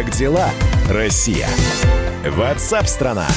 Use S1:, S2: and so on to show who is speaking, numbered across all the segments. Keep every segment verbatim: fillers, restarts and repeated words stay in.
S1: Как дела, Россия? Ватсап-страна!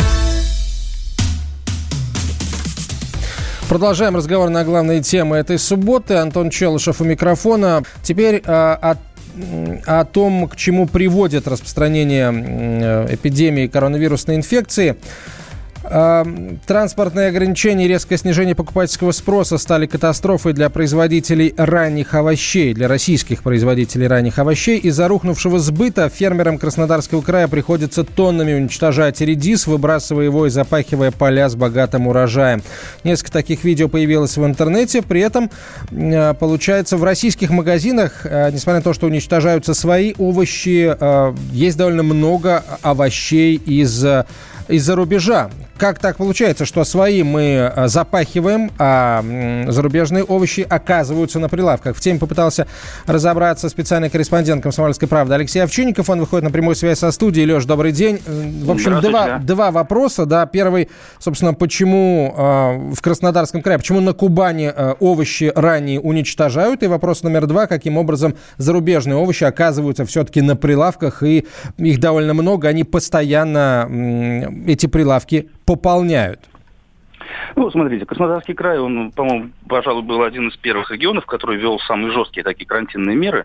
S2: Продолжаем разговор на главные темы этой субботы. Антон Челышев у микрофона. Теперь э, о, о том, к чему приводит распространение э, эпидемии коронавирусной инфекции. Э, транспортные ограничения и резкое снижение покупательского спроса стали катастрофой для производителей ранних овощей, для российских производителей ранних овощей. Из-за рухнувшего сбыта фермерам Краснодарского края приходится тоннами уничтожать редис, выбрасывая его и запахивая поля с богатым урожаем. Несколько таких видео появилось в интернете. При этом, э, получается, в российских магазинах, э, несмотря на то, что уничтожаются свои овощи, э, есть довольно много овощей из из-за рубежа. Как так получается, что свои мы запахиваем, а зарубежные овощи оказываются на прилавках? В теме попытался разобраться специальный корреспондент «Комсомольской правды» Алексей Овчинников. Он выходит на прямую связь со студией. Леш, добрый день. В общем, два, два вопроса. Да. Первый, собственно, почему э, в Краснодарском крае, почему на Кубани э, овощи ранее уничтожают? И вопрос номер два, каким образом зарубежные овощи оказываются все-таки на прилавках, и их довольно много, они постоянно, э, эти прилавки пополняют.
S3: Ну, смотрите, Краснодарский край, он, по-моему, пожалуй, был один из первых регионов, который ввел самые жесткие такие карантинные меры,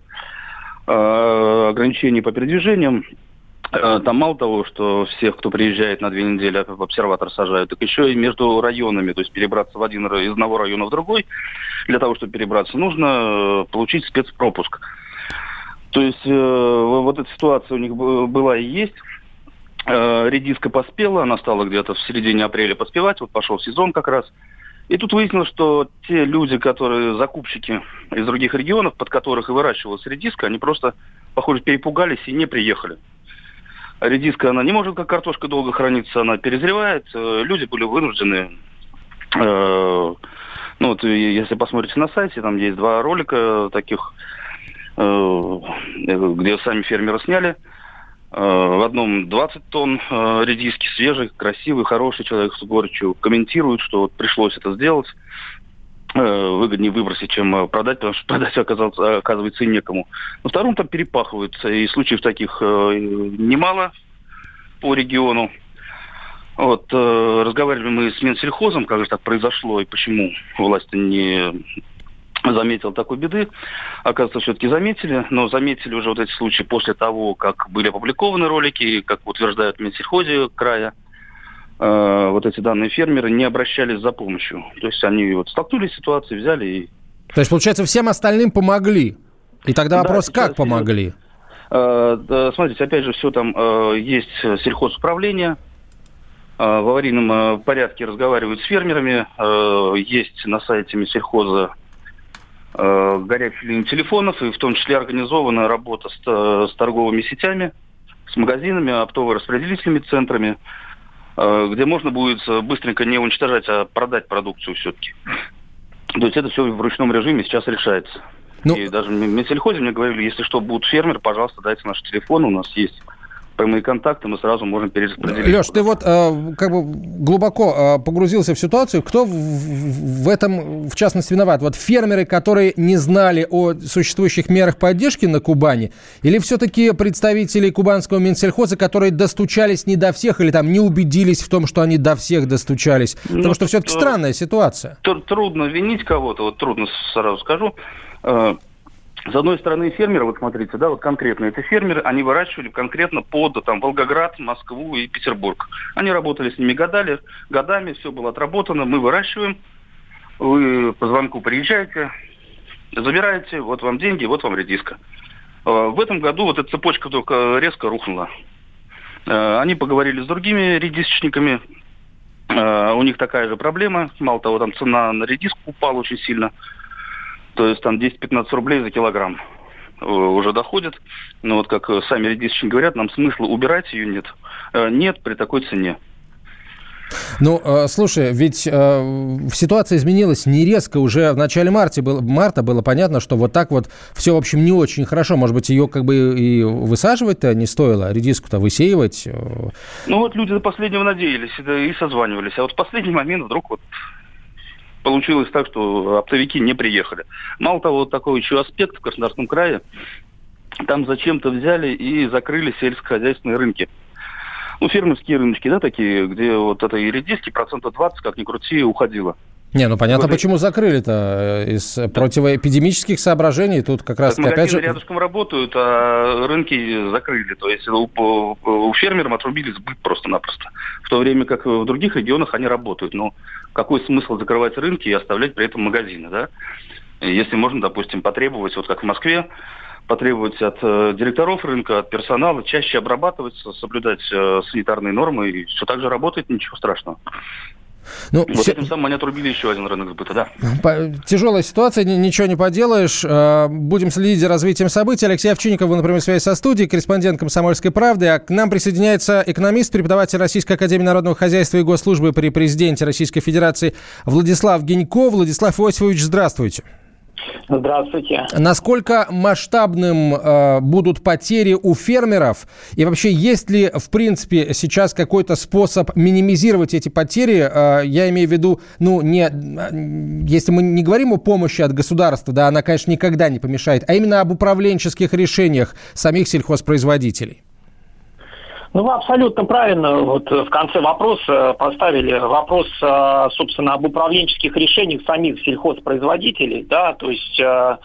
S3: э, ограничения по передвижениям. Э, там мало того, что всех, кто приезжает на две недели в обсерватор сажают, так еще и между районами, то есть перебраться в один, из одного района в другой, для того, чтобы перебраться, нужно получить спецпропуск. То есть э, вот эта ситуация у них была и есть. Редиска поспела, она стала где-то в середине апреля поспевать, вот пошел сезон как раз. И тут выяснилось, что те люди, которые закупщики из других регионов, под которых и выращивалась редиска, они просто, похоже, перепугались и не приехали. Редиска, она не может, как картошка, долго храниться, она перезревает. Люди были вынуждены, э, ну вот если посмотрите на сайте, там есть два ролика таких, э, где сами фермеры сняли. В одном двадцать тонн редиски, свежий, красивый, хороший человек с горечью комментирует, что вот пришлось это сделать. Выгоднее выбросить, чем продать, потому что продать оказался, оказывается и некому. На втором там перепахиваются, и случаев таких немало по региону. Вот, разговаривали мы с Минсельхозом, как же так произошло и почему власть не заметил такой беды. Оказывается, все-таки заметили, но заметили уже вот эти случаи после того, как были опубликованы ролики, как утверждают в Минсельхозе края, э, вот эти данные фермеры не обращались за помощью. То есть они вот столкнулись с ситуацией, взяли и...
S2: То есть, получается, всем остальным помогли? И тогда вопрос, да, как помогли?
S3: Э, э, смотрите, опять же, все там э, есть сельхозуправление, э, в аварийном э, порядке разговаривают с фермерами, э, есть на сайте Минсельхоза горячие линии телефонов, и в том числе организована работа с, с торговыми сетями, с магазинами, оптово-распределительными центрами, где можно будет быстренько не уничтожать, а продать продукцию все-таки. То есть это все в ручном режиме сейчас решается. Ну... И даже в Минсельхозе мне говорили, если что, будут фермеры, пожалуйста, дайте наш телефон, у нас есть прямые контакты, мы сразу можем перераспределить.
S2: Леш, ты вот э, как бы глубоко э, погрузился в ситуацию. Кто в, в этом, в частности, виноват? Вот фермеры, которые не знали о существующих мерах поддержки на Кубани, или все-таки представители кубанского Минсельхоза, которые достучались не до всех или там не убедились в том, что они до всех достучались? Потому ну, что все-таки то, странная ситуация.
S3: То, трудно винить кого-то, вот трудно сразу скажу. С одной стороны, фермеры, вот смотрите, да, вот конкретно эти фермеры, они выращивали конкретно под там, Волгоград, Москву и Петербург. Они работали с ними годами, годами, все было отработано, мы выращиваем, вы по звонку приезжаете, забираете, вот вам деньги, вот вам редиска. В этом году вот эта цепочка только резко рухнула. Они поговорили с другими редисочниками, у них такая же проблема, мало того, там цена на редиску упала очень сильно. То есть там десять-пятнадцать рублей за килограмм уже доходит. Но вот как сами редисочники говорят, нам смысла убирать ее нет. Нет при такой цене.
S2: Ну, э, слушай, ведь э, ситуация изменилась не резко. Уже в начале марта было, марта было понятно, что вот так вот все, в общем, не очень хорошо. Может быть, ее как бы и высаживать-то не стоило, а редиску-то высеивать.
S3: Ну вот люди до последнего надеялись и созванивались. А вот в последний момент вдруг вот получилось так, что оптовики не приехали. Мало того, вот такой еще аспект в Краснодарском крае. там зачем-то взяли и закрыли сельскохозяйственные рынки. Ну, фермерские рыночки, да, такие, где вот это и редиски процентов двадцать, как ни крути, уходило.
S2: Не, ну понятно,
S3: Вот
S2: почему закрыли-то. Из противоэпидемических соображений тут как раз-таки опять же...
S3: Магазины рядышком работают, а рынки закрыли. То есть у, у фермеров отрубили сбыт просто-напросто. В то время как в других регионах они работают. Но какой смысл закрывать рынки и оставлять при этом магазины, да? Если можно, допустим, потребовать, вот как в Москве, потребовать от э, директоров рынка, от персонала чаще обрабатываться, соблюдать э, санитарные нормы, и все так же работает, ничего страшного. Ну, вот все... этим самым они отрубили еще один рынок сбыта, да.
S2: Тяжелая ситуация, ничего не поделаешь. Будем следить за развитием событий. Алексей Овчинников, вы на прямой связи со студией, корреспондент «Комсомольской правды». А к нам присоединяется экономист, преподаватель Российской академии народного хозяйства и госслужбы при президенте Российской Федерации Владислав Гинько. Владислав Иосифович, здравствуйте.
S4: Здравствуйте.
S2: Насколько масштабным э, будут потери у фермеров? И вообще, есть ли, в принципе, сейчас какой-то способ минимизировать эти потери? Э, я имею в виду, ну, не, если мы не говорим о помощи от государства, да, она, конечно, никогда не помешает, а именно об управленческих решениях самих сельхозпроизводителей.
S4: Ну, вы абсолютно правильно вот в конце вопроса поставили вопрос, собственно, об управленческих решениях самих сельхозпроизводителей, да, то есть...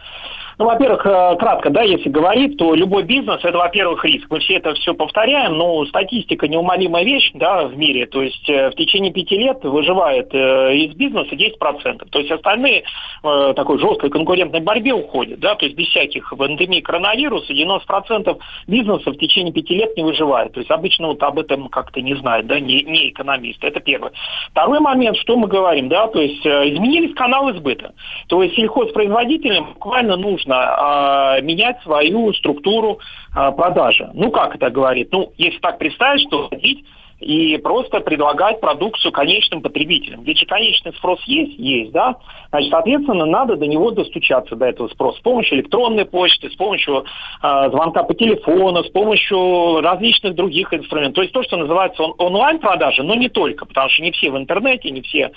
S4: Ну, во-первых, кратко, да, если говорить, то любой бизнес – это, во-первых, риск. Мы все это все повторяем, но статистика – неумолимая вещь, да, в мире. То есть в течение пяти лет выживает из бизнеса десять процентов. То есть остальные в такой жесткой конкурентной борьбе уходят, да, то есть без всяких пандемий коронавируса девяносто процентов бизнеса в течение пяти лет не выживает. То есть обычно вот об этом как-то не знают, да, не, не экономисты. Это первое. Второй момент, что мы говорим, да, то есть изменились каналы сбыта. То есть сельхозпроизводителям буквально нужно менять свою структуру продажи. Ну, как это говорит? Ну, если так представить, что ходить и просто предлагать продукцию конечным потребителям. Ведь же конечный спрос есть? Есть, да? Значит, соответственно, надо до него достучаться, до этого спроса, с помощью электронной почты, с помощью э, звонка по телефону, с помощью различных других инструментов. То есть то, что называется он, онлайн-продажи, но не только, потому что не все в интернете, не все, э,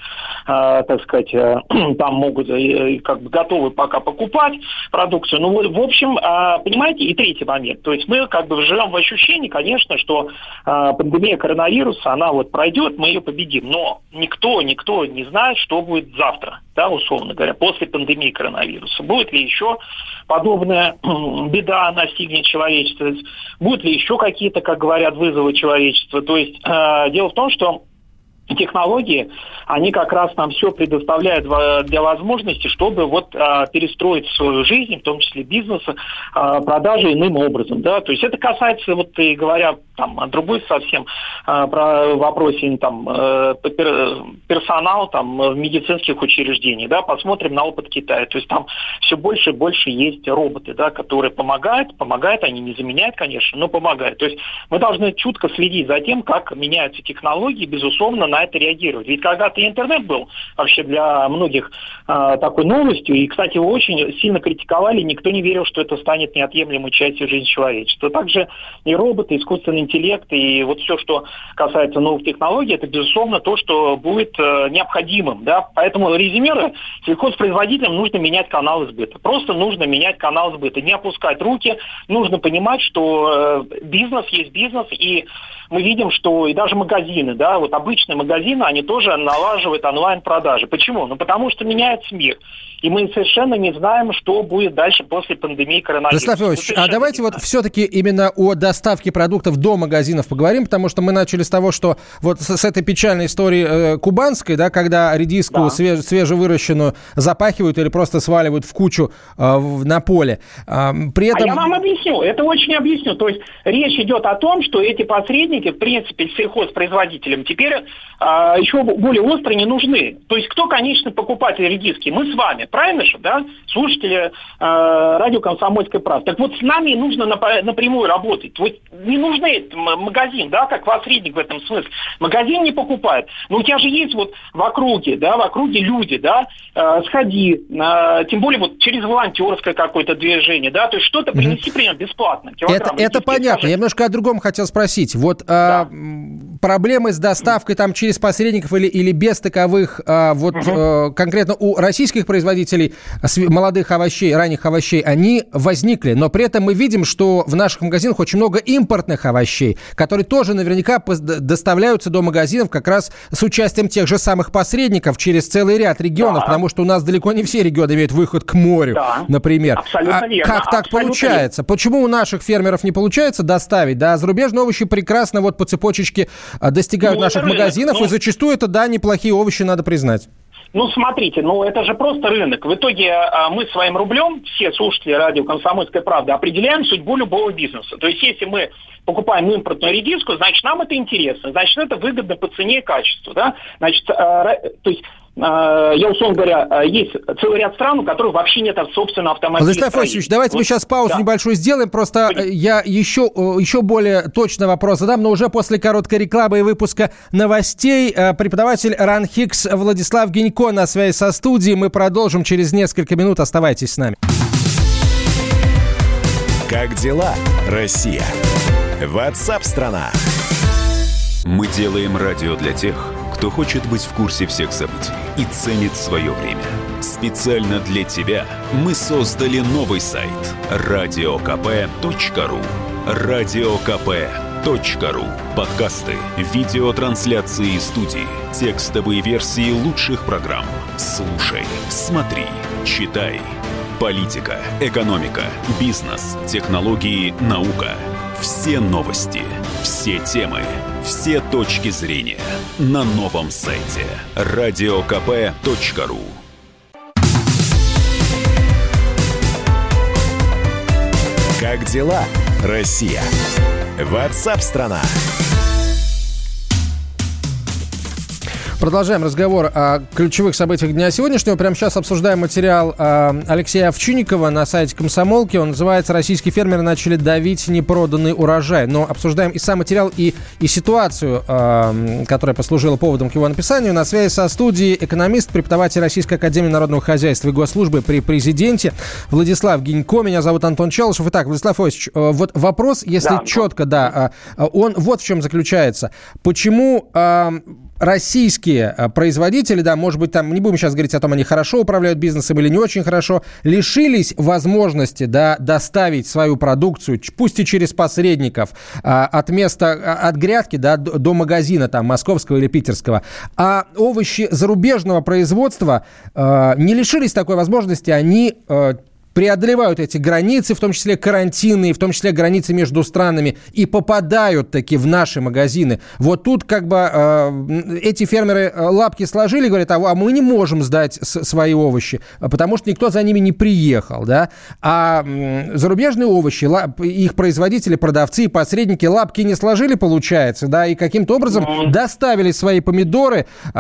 S4: так сказать, э, там могут э, как бы готовы пока покупать продукцию. Ну, в общем, э, понимаете, и третий момент. То есть мы как бы живем в ощущении, конечно, что э, пандемия коронавируса вируса, она вот пройдет, мы ее победим. Но никто, никто не знает, что будет завтра, да, условно говоря, после пандемии коронавируса. Будет ли еще подобная беда настигнет человечество? Будут ли еще какие-то, как говорят, вызовы человечества? То есть э, дело в том, что технологии, они как раз нам все предоставляют для возможности, чтобы вот а, перестроить свою жизнь, в том числе бизнеса, а, продажи иным образом, да, то есть это касается, вот и говоря там о другой совсем а, про вопросе там э, персонал там в медицинских учреждениях, да, посмотрим на опыт Китая, то есть там все больше и больше есть роботы, да, которые помогают, помогают, они не заменяют, конечно, но помогают, то есть мы должны чутко следить за тем, как меняются технологии, безусловно, на это реагировать. Ведь когда-то интернет был вообще для многих э, такой новостью, и, кстати, его очень сильно критиковали, никто не верил, что это станет неотъемлемой частью жизни человечества. Также и роботы, искусственный интеллект, и вот все, что касается новых технологий, это, безусловно, то, что будет э, необходимым. Да? Поэтому, резюмируя, сельхозпроизводителям нужно менять каналы сбыта. Просто нужно менять канал сбыта, не опускать руки, нужно понимать, что э, бизнес есть бизнес, и мы видим, что и даже магазины, да, вот обычные магазины, они тоже налаживают онлайн-продажи. Почему? Ну, потому что меняется мир. И мы совершенно не знаем, что будет дальше после пандемии коронавируса.
S2: Владислав Иванович, а давайте вот все-таки именно о доставке продуктов до магазинов поговорим, потому что мы начали с того, что вот с, с этой печальной истории э, кубанской, да, когда редиску да. свеж, свежевыращенную запахивают или просто сваливают в кучу э, в, на поле. Э, при этом...
S4: А я вам объясню, это очень объясню. То есть речь идет о том, что эти посредники, в принципе, сельхозпроизводителям теперь э, еще более остро не нужны. То есть кто конечный покупатель редиски? Мы с вами. Правильно же, да? Слушатели э, радио «Комсомольской правды». Так вот, с нами нужно нап- напрямую работать. Вот не нужны магазин, да, как посредник в этом смысле. Магазин не покупает. Но у тебя же есть вот в округе, да, в округе люди, да, э, сходи, э, тем более вот через волонтерское какое-то движение, да, то есть что-то принеси, mm-hmm. примерно бесплатно.
S2: Это, это понятно. Я немножко о другом хотел спросить. Вот да. э, проблемы с доставкой там через посредников или, или без таковых, а, вот угу. а, конкретно у российских производителей молодых овощей, ранних овощей, они возникли. Но при этом мы видим, что в наших магазинах очень много импортных овощей, которые тоже наверняка доставляются до магазинов как раз с участием тех же самых посредников через целый ряд регионов, да. потому что у нас далеко не все регионы имеют выход к морю, да. например.
S4: Абсолютно
S2: а
S4: верно.
S2: Как так
S4: Абсолютно
S2: получается?
S4: верно.
S2: Почему у наших фермеров не получается доставить? Да, зарубежные овощи прекрасно вот по цепочечке достигают ну, наших магазинов, ну... и зачастую это, да, неплохие овощи, надо признать.
S4: Ну, смотрите, ну это же просто рынок. В итоге мы своим рублем, все слушатели радио «Комсомольская правда», определяем судьбу любого бизнеса. То есть если мы покупаем импортную редиску, значит, нам это интересно, значит, это выгодно по цене и качеству. Да? Значит, э, то есть я, условно говоря, есть целый ряд стран, у которых вообще нет собственного автомобиля.
S2: Владислав Иосифович, давайте вот, мы сейчас паузу да. небольшую сделаем. Просто Пойдем. я еще, еще более точный вопрос задам, но уже после короткой рекламы и выпуска новостей. Преподаватель РАНХИКС Владислав Гинько на связи со студией. Мы продолжим через несколько минут. Оставайтесь с нами.
S1: Как дела, Россия? Ватсап-страна!
S5: Мы делаем радио для тех, кто хочет быть в курсе всех событий и ценит свое время. Специально для тебя мы создали новый сайт радио ка пэ точка ру. радио ка пэ точка ру. Подкасты, видеотрансляции студии, текстовые версии лучших программ. Слушай, смотри, читай. Политика, экономика, бизнес, технологии, наука. Все новости, все темы, все точки зрения на новом сайте радио ка пэ точка ру.
S1: Как дела, Россия? Ватсап-страна!
S2: Продолжаем разговор о ключевых событиях дня сегодняшнего. Прямо сейчас обсуждаем материал э, Алексея Овчинникова на сайте «Комсомолки». Он называется «Российские фермеры начали давить непроданный урожай». Но обсуждаем и сам материал, и, и ситуацию, э, которая послужила поводом к его написанию. На связи со студией экономист, преподаватель Российской академии народного хозяйства и госслужбы при президенте Владислав Гинько. Меня зовут Антон Челышев. Итак, Владислав Иосифович, э, вот вопрос, если да, четко, да, э, он вот в чем заключается. Почему... Э, Российские производители, да, может быть, там, не будем сейчас говорить о том, они хорошо управляют бизнесом или не очень хорошо, лишились возможности, да, доставить свою продукцию, пусть и через посредников, от места, от грядки, да, до магазина, там, московского или питерского. А овощи зарубежного производства не лишились такой возможности, они... преодолевают эти границы, в том числе карантинные, в том числе границы между странами, и попадают таки в наши магазины. Вот тут как бы э, эти фермеры лапки сложили, говорят, а мы не можем сдать с- свои овощи, потому что никто за ними не приехал, да. А э, зарубежные овощи, лап, их производители, продавцы, посредники лапки не сложили, получается, да, и каким-то образом mm-hmm. доставили свои помидоры э,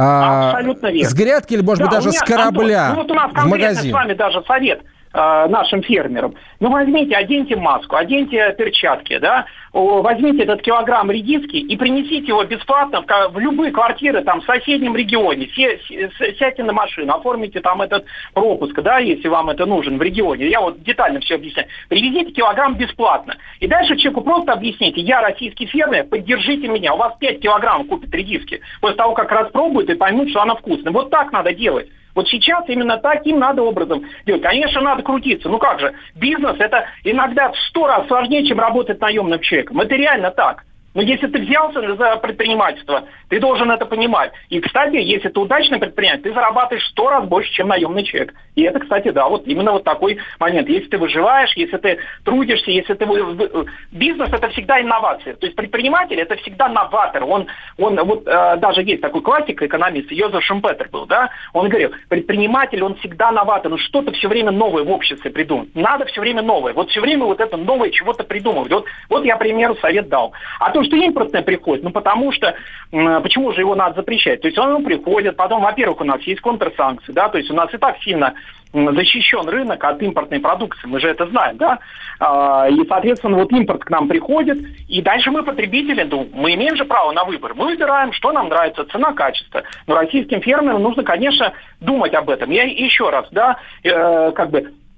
S2: с грядки или, может да, быть, даже меня, с корабля Антон, ну, вот у нас в магазин.
S4: С вами даже совет нашим фермерам. Ну, возьмите, оденьте маску, оденьте перчатки, да, возьмите этот килограмм редиски и принесите его бесплатно в, в любые квартиры там в соседнем регионе. Все, сядьте на машину, оформите там этот пропуск, да, если вам это нужен в регионе. Я вот детально все объясняю. Привезите килограмм бесплатно. И дальше человеку просто объясните, я российский фермер, поддержите меня. У вас пять килограмм купят редиски. После того, как распробуют и поймут, что она вкусная. Вот так надо делать. Вот сейчас именно таким надо образом делать. Конечно, надо крутиться. Ну как же, бизнес это иногда в сто раз сложнее, чем работать наемным человеком. Это реально так. Но если ты взялся за предпринимательство, ты должен это понимать. И, кстати, если ты удачный предприниматель, ты зарабатываешь в сто раз больше, чем наемный человек. И это, кстати, да, вот именно вот такой момент. Если ты выживаешь, если ты трудишься, если ты... Бизнес – это всегда инновация. То есть предприниматель – это всегда новатор. Он, он вот э, даже есть такой классик, экономист, Йозеф Шумпетер был, да, он говорил, предприниматель, он всегда новатор. Он что-то все время новое в обществе придумать. Надо все время новое. Вот все время вот это новое чего-то придумывать. Вот, вот я, к примеру, совет дал. А то, что импортное приходит, ну потому что, почему же его надо запрещать? То есть он приходит, потом, во-первых, у нас есть контрсанкции, да, то есть у нас и так сильно защищен рынок от импортной продукции, мы же это знаем, да, и, соответственно, вот импорт к нам приходит, и дальше мы, потребители, ну, мы имеем же право на выбор, мы выбираем, что нам нравится, цена, качество, но российским фермерам нужно, конечно, думать об этом. Я еще раз, да, э, как бы,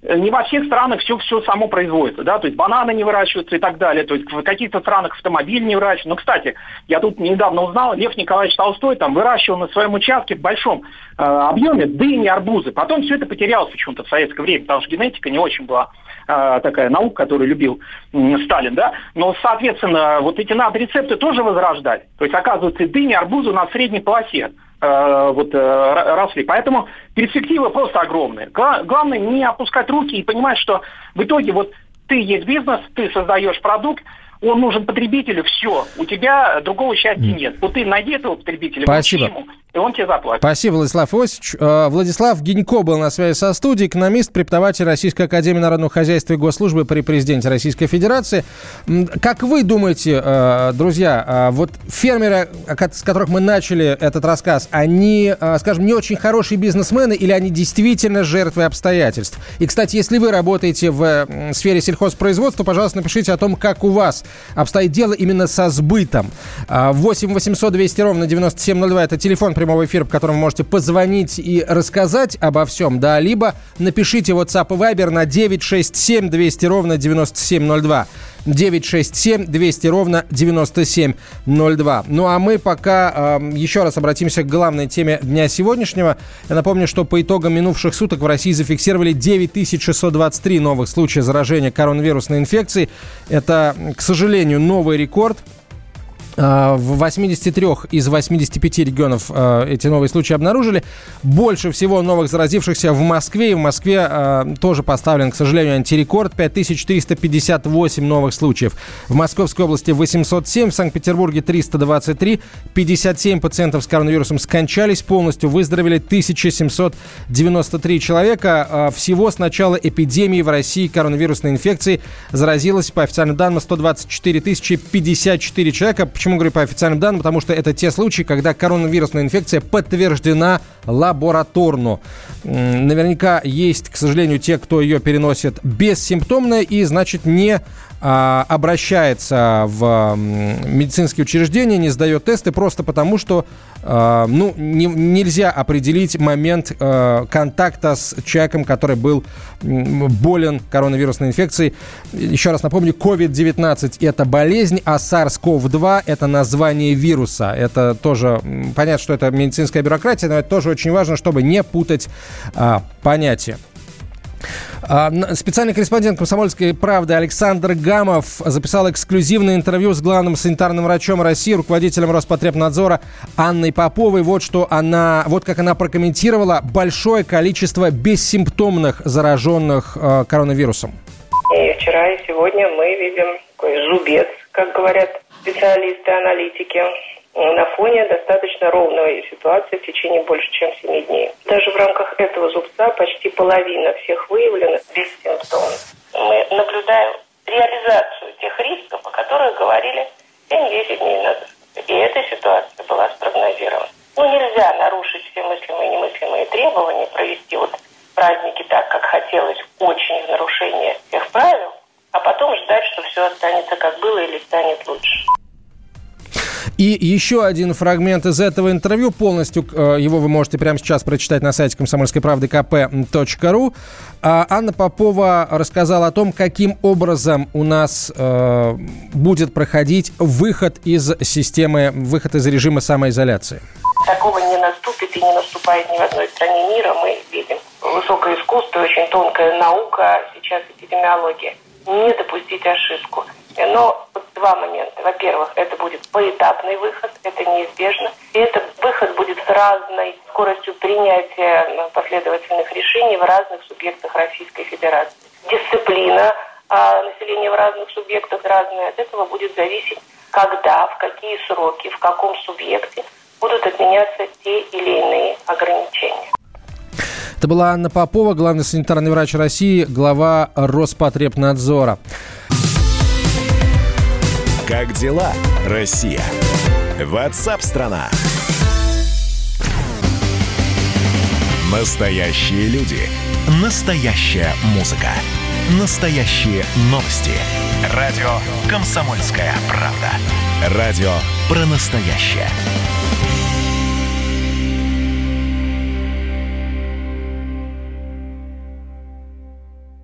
S4: не во всех странах все, все само производится, да, то есть бананы не выращиваются и так далее, то есть в каких-то странах автомобиль не выращивают. Но, кстати, я тут недавно узнал, Лев Николаевич Толстой там выращивал на своем участке в большом э, объеме дыни, арбузы. Потом все это потерялось почему-то в советское время, потому что генетика не очень была э, такая наука, которую любил э, Сталин, да. Но, соответственно, вот эти надо рецепты тоже возрождать. То есть, оказывается, дыни, арбузы на средней полосе вот росли. Поэтому перспективы просто огромные. Главное не опускать руки и понимать, что в итоге вот ты есть бизнес, ты создаешь продукт, он нужен потребителю, все, у тебя другого счастья нет. Вот ты найди этого потребителя,
S2: спасибо,
S4: ему, и он тебе заплатит.
S2: Спасибо, Владислав Иосифович. Владислав Гинько был на связи со студией, экономист, преподаватель Российской академии народного хозяйства и госслужбы при президенте Российской Федерации. Как вы думаете, друзья, вот фермеры, с которых мы начали этот рассказ, они, скажем, не очень хорошие бизнесмены или они действительно жертвы обстоятельств? И, кстати, если вы работаете в сфере сельхозпроизводства, пожалуйста, напишите о том, как у вас обстоит дело именно со сбытом. восемь восемьсот двести ровно девяносто семь ноль два – это телефон прямого эфира, по которому вы можете позвонить и рассказать обо всем, да, либо напишите WhatsApp и Viber на девять шесть семь двести ровно девяносто семь ноль два. девять шесть семь двести ровно девяносто семь ноль два. Ну а мы пока э, еще раз обратимся к главной теме дня сегодняшнего. Я напомню, что по итогам минувших суток в России зафиксировали девять тысяч шестьсот двадцать три новых случая заражения коронавирусной инфекцией. Это, к сожалению, новый рекорд. В восьмидесяти трёх из восьмидесяти пяти регионов э, эти новые случаи обнаружили. Больше всего новых заразившихся в Москве. И в Москве э, тоже поставлен, к сожалению, антирекорд. пять тысяч четыреста пятьдесят восемь новых случаев. В Московской области восемьсот семь, в Санкт-Петербурге триста двадцать три. пятьдесят семь пациентов с коронавирусом скончались. Полностью выздоровели тысяча семьсот девяносто три человека. Всего с начала эпидемии в России коронавирусной инфекцией заразилось, по официальным данным, сто двадцать четыре тысячи пятьдесят четыре человека. Почему говорю по официальным данным? Потому что это те случаи, когда коронавирусная инфекция подтверждена лабораторно. Наверняка есть, к сожалению, те, кто ее переносит бессимптомно и, значит, не а, обращается в медицинские учреждения, не сдает тесты просто потому, что а, ну, не, нельзя определить момент а, контакта с человеком, который был болен коронавирусной инфекцией. Еще раз напомню, ковид девятнадцать – это болезнь, а сарс ков два – это название вируса. Это тоже, понятно, что это медицинская бюрократия, но это тоже очень важно, чтобы не путать а, понятия. А, специальный корреспондент «Комсомольской правды» Александр Гамов записал эксклюзивное интервью с главным санитарным врачом России, руководителем Роспотребнадзора Анной Поповой. Вот что она, вот как она прокомментировала большое количество бессимптомных зараженных э, коронавирусом.
S6: И вчера, и сегодня мы видим такой зубец, как говорят специалисты, аналитики, на фоне достаточно ровной ситуации в течение больше, чем семи дней. Даже в рамках этого зубца почти половина всех выявленных бессимптомно. Мы наблюдаем реализацию тех рисков, о которых говорили семь-десять дней назад. И эта ситуация была спрогнозирована. Ну, нельзя нарушить все мыслимые и немыслимые требования, провести вот праздники так, как хотелось, очень в нарушение всех правил, а потом ждать, что все останется как было или станет лучше.
S2: И еще один фрагмент из этого интервью. Полностью э, его вы можете прямо сейчас прочитать на сайте комсомольской правды ка пэ точка ру. А Анна Попова рассказала о том, каким образом у нас э, будет проходить выход из системы, выход из режима самоизоляции.
S6: Такого не наступит и не наступает ни в одной стране мира. Мы видим высокое искусство, очень тонкая наука, сейчас эпидемиология. Не допустить ошибку. Но два момента. Во-первых, это будет поэтапный выход, это неизбежно. И этот выход будет с разной скоростью принятия последовательных решений в разных субъектах Российской Федерации. Дисциплина а, населения в разных субъектах разная. От этого будет зависеть, когда, в какие сроки, в каком субъекте будут отменяться те или иные ограничения.
S2: Это была Анна Попова, главный санитарный врач России, глава Роспотребнадзора.
S1: Как дела, Россия? WhatsApp-страна. Настоящие люди. Настоящая музыка. Настоящие новости. Радио «Комсомольская правда». Радио про настоящее.